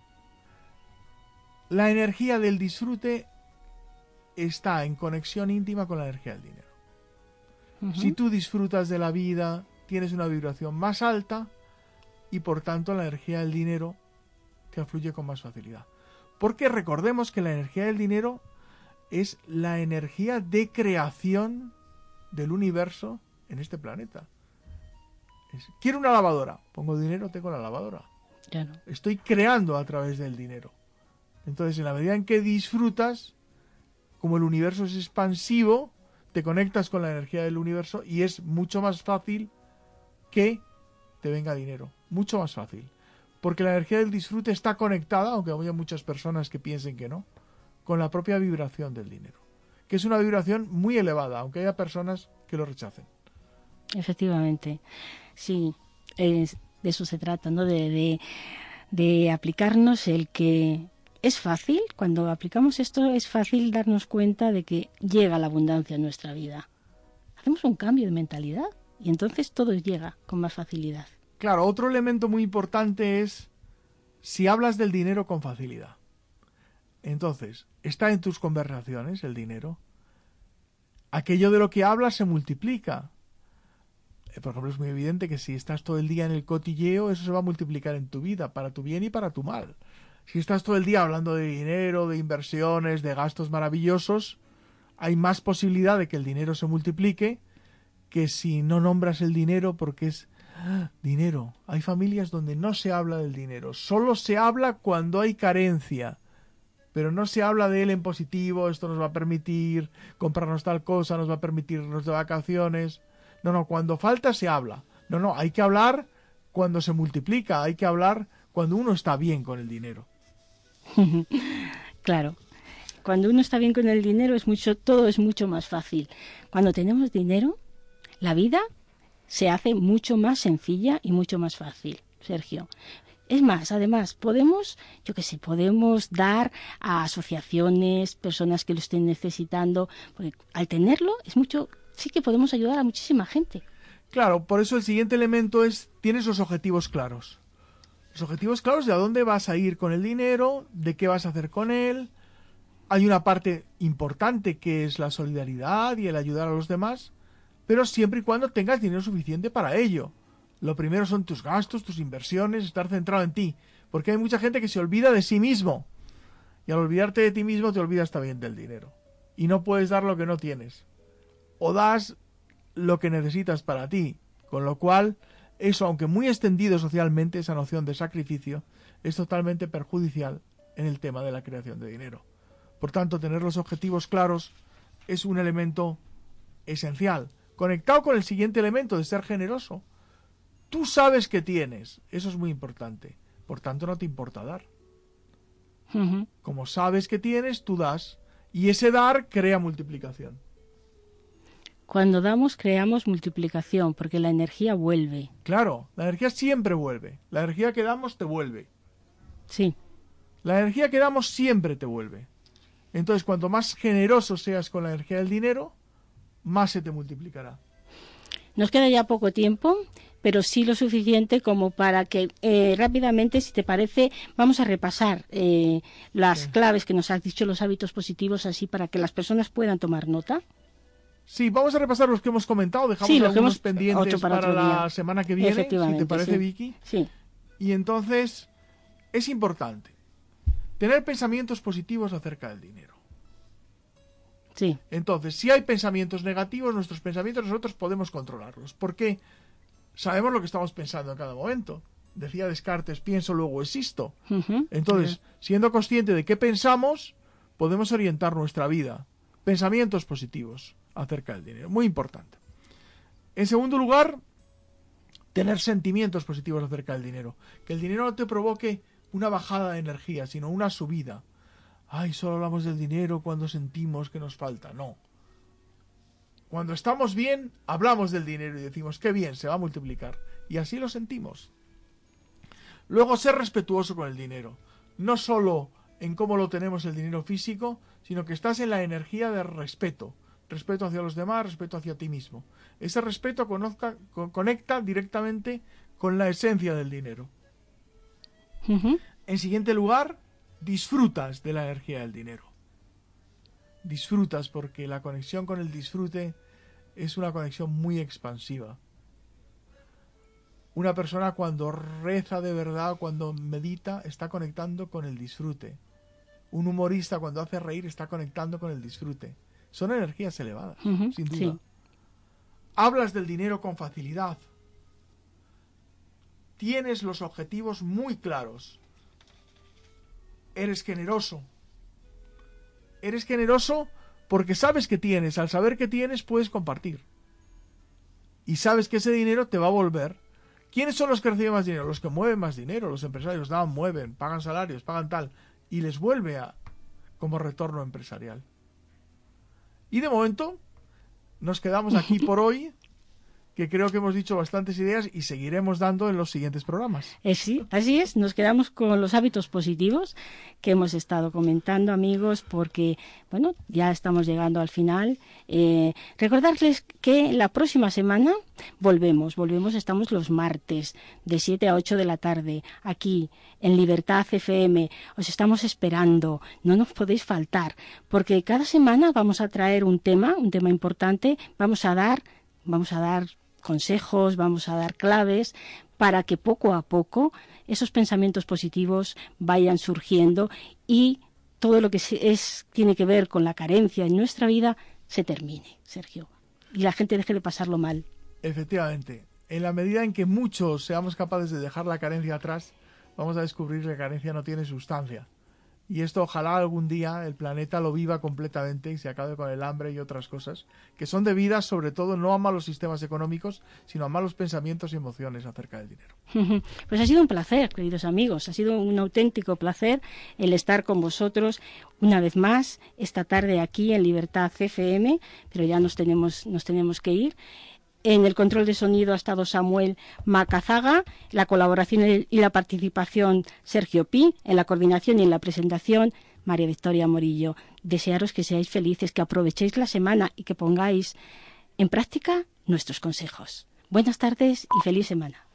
La energía del disfrute está en conexión íntima con la energía del dinero. Si tú disfrutas de la vida, tienes una vibración más alta y por tanto la energía del dinero te afluye con más facilidad. Porque recordemos que la energía del dinero es la energía de creación del universo en este planeta. Quiero una lavadora, pongo dinero, tengo la lavadora. Claro. Estoy creando a través del dinero. Entonces, en la medida en que disfrutas, como el universo es expansivo, te conectas con la energía del universo y es mucho más fácil que te venga dinero. Mucho más fácil. Porque la energía del disfrute está conectada, aunque haya muchas personas que piensen que no, con la propia vibración del dinero. Que es una vibración muy elevada, aunque haya personas que lo rechacen. Efectivamente. Sí, de eso se trata, ¿no? De aplicarnos el que es fácil, cuando aplicamos esto es fácil darnos cuenta de que llega la abundancia en nuestra vida. Hacemos un cambio de mentalidad y entonces todo llega con más facilidad. Claro, otro elemento muy importante es si hablas del dinero con facilidad. Entonces, está en tus conversaciones el dinero. Aquello de lo que hablas se multiplica. Por ejemplo, es muy evidente que si estás todo el día en el cotilleo, eso se va a multiplicar en tu vida, para tu bien y para tu mal. Si estás todo el día hablando de dinero, de inversiones, de gastos maravillosos, hay más posibilidad de que el dinero se multiplique que si no nombras el dinero porque es dinero. Hay familias donde no se habla del dinero, solo se habla cuando hay carencia, pero no se habla de él en positivo, esto nos va a permitir comprarnos tal cosa, nos va a permitir irnos de vacaciones. No, cuando falta se habla. No, hay que hablar cuando se multiplica, hay que hablar cuando uno está bien con el dinero. Claro, cuando uno está bien con el dinero todo es mucho más fácil. Cuando tenemos dinero, la vida se hace mucho más sencilla y mucho más fácil, Sergio. Es más, además, podemos dar a asociaciones, personas que lo estén necesitando, porque al tenerlo sí que podemos ayudar a muchísima gente. Claro, por eso el siguiente elemento tienes los objetivos claros. Los objetivos claros de a dónde vas a ir con el dinero, de qué vas a hacer con él. Hay una parte importante que es la solidaridad y el ayudar a los demás, pero siempre y cuando tengas dinero suficiente para ello. Lo primero son tus gastos, tus inversiones, estar centrado en ti, porque hay mucha gente que se olvida de sí mismo. Y al olvidarte de ti mismo te olvidas también del dinero. Y no puedes dar lo que no tienes. O das lo que necesitas para ti, con lo cual eso, aunque muy extendido socialmente, esa noción de sacrificio, es totalmente perjudicial en el tema de la creación de dinero. Por tanto, tener los objetivos claros es un elemento esencial, conectado con el siguiente elemento de ser generoso. Tú sabes que tienes, eso es muy importante, por tanto no te importa dar. Como sabes que tienes, tú das, y ese dar crea multiplicación. Cuando damos, creamos multiplicación, porque la energía vuelve. Claro, la energía siempre vuelve. La energía que damos te vuelve. Sí. La energía que damos siempre te vuelve. Entonces, cuanto más generoso seas con la energía del dinero, más se te multiplicará. Nos queda ya poco tiempo, pero sí lo suficiente como para que rápidamente, si te parece, vamos a repasar las claves que nos has dicho, los hábitos positivos, así para que las personas puedan tomar nota. Sí, vamos a repasar los que hemos comentado, dejamos algunos pendientes para la semana que viene, si te parece, Vicky. Sí. Y entonces, es importante tener pensamientos positivos acerca del dinero. Sí. Entonces, si hay pensamientos negativos, nuestros pensamientos nosotros podemos controlarlos, porque sabemos lo que estamos pensando en cada momento. Decía Descartes, pienso, luego existo. Entonces, siendo consciente de qué pensamos, podemos orientar nuestra vida. Pensamientos positivos acerca del dinero, muy importante. En segundo lugar, tener sentimientos positivos acerca del dinero. Que el dinero no te provoque una bajada de energía, sino una subida. Ay, solo hablamos del dinero cuando sentimos que nos falta. No. Cuando estamos bien, hablamos del dinero y decimos, qué bien, se va a multiplicar. Y así lo sentimos. Luego, ser respetuoso con el dinero. No solo en cómo lo tenemos el dinero físico, sino que estás en la energía de respeto. Respeto hacia los demás, respeto hacia ti mismo. Ese respeto conecta directamente con la esencia del dinero. En siguiente lugar, disfrutas de la energía del dinero. Disfrutas porque la conexión con el disfrute es una conexión muy expansiva. Una persona cuando reza de verdad, cuando medita, está conectando con el disfrute. Un humorista cuando hace reír está conectando con el disfrute. Son energías elevadas, sin duda. Sí. Hablas del dinero con facilidad. Tienes los objetivos muy claros. Eres generoso. Eres generoso porque sabes que tienes. Al saber que tienes, puedes compartir. Y sabes que ese dinero te va a volver. ¿Quiénes son los que reciben más dinero? Los que mueven más dinero. Los empresarios dan, mueven, pagan salarios, pagan tal. Y les vuelve como retorno empresarial. Y de momento nos quedamos aquí por hoy, que creo que hemos dicho bastantes ideas y seguiremos dando en los siguientes programas. Sí, así es. Nos quedamos con los hábitos positivos que hemos estado comentando, amigos, porque, bueno, ya estamos llegando al final. Recordarles que la próxima semana volvemos, estamos los martes de 7 a 8 de la tarde, aquí en Libertad FM. Os estamos esperando, no nos podéis faltar, porque cada semana vamos a traer un tema importante, vamos a dar consejos, vamos a dar claves para que poco a poco esos pensamientos positivos vayan surgiendo y todo lo que tiene que ver con la carencia en nuestra vida se termine, Sergio, y la gente deje de pasarlo mal. Efectivamente, en la medida en que muchos seamos capaces de dejar la carencia atrás, vamos a descubrir que la carencia no tiene sustancia. Y esto ojalá algún día el planeta lo viva completamente y se acabe con el hambre y otras cosas, que son debidas sobre todo no a malos sistemas económicos, sino a malos pensamientos y emociones acerca del dinero. Pues ha sido un placer, queridos amigos, ha sido un auténtico placer el estar con vosotros una vez más esta tarde aquí en Libertad FM, pero ya nos tenemos que ir. En el control de sonido ha estado Samuel Macazaga, la colaboración y la participación Sergio Pi, en la coordinación y en la presentación María Victoria Morillo. Desearos que seáis felices, que aprovechéis la semana y que pongáis en práctica nuestros consejos. Buenas tardes y feliz semana.